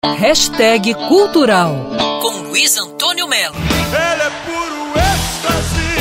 Hashtag Cultural com Luiz Antônio Melo. Ele é puro êxtase,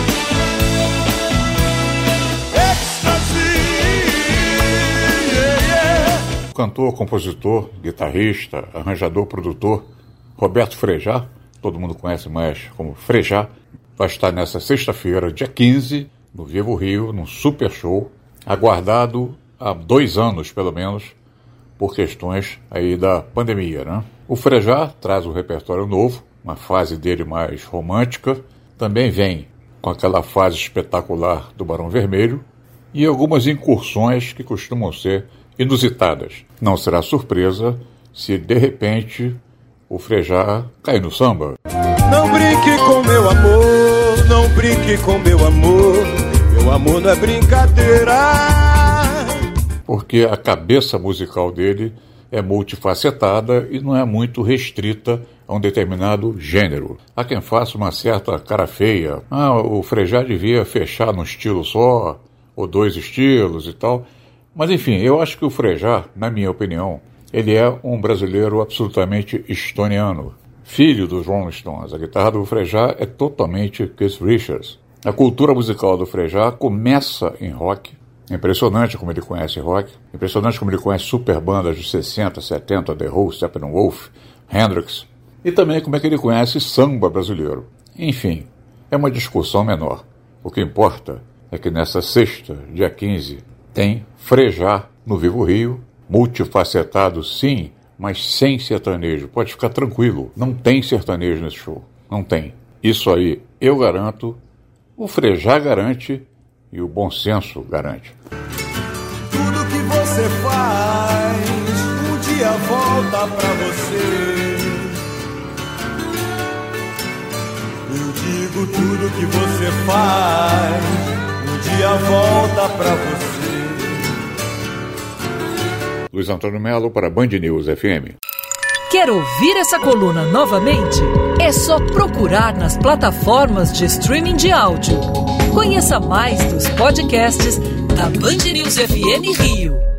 êxtase, yeah, yeah. Cantor, compositor, guitarrista, arranjador, produtor Roberto Frejá, todo mundo conhece mais como Frejá, vai estar nessa sexta-feira, dia 15, no Vivo Rio, num super show, aguardado há 2 anos, pelo menos, por questões aí da pandemia, né? O Frejá traz um repertório novo, uma fase dele mais romântica, também vem com aquela fase espetacular do Barão Vermelho e algumas incursões que costumam ser inusitadas. Não será surpresa se, de repente, o Frejá cair no samba. Não brinque com meu amor, não brinque com meu amor não é brincadeira. Porque a cabeça musical dele é multifacetada e não é muito restrita a um determinado gênero. Há quem faça uma certa cara feia. O Frejá devia fechar num estilo só, ou 2 estilos e tal. Mas enfim, eu acho que o Frejá, na minha opinião, ele é um brasileiro absolutamente estoniano. Filho dos Rolling Stones. A guitarra do Frejá é totalmente Keith Richards. A cultura musical do Frejá começa em rock. Impressionante como ele conhece rock, impressionante como ele conhece super bandas dos 60, 70, The Who, Steppenwolf, Hendrix, e também como é que ele conhece samba brasileiro. Enfim, é uma discussão menor. O que importa é que nessa sexta, dia 15, tem Frejá no Vivo Rio, multifacetado sim, mas sem sertanejo. Pode ficar tranquilo, não tem sertanejo nesse show, não tem. Isso aí eu garanto, o Frejá garante, e o bom senso garante. Tudo que você faz, um dia volta pra você. Eu digo tudo que você faz, um dia volta pra você. Luiz Antônio Melo para Band News FM. Quer ouvir essa coluna novamente? É só procurar nas plataformas de streaming de áudio. Conheça mais dos podcasts da Band News FM Rio.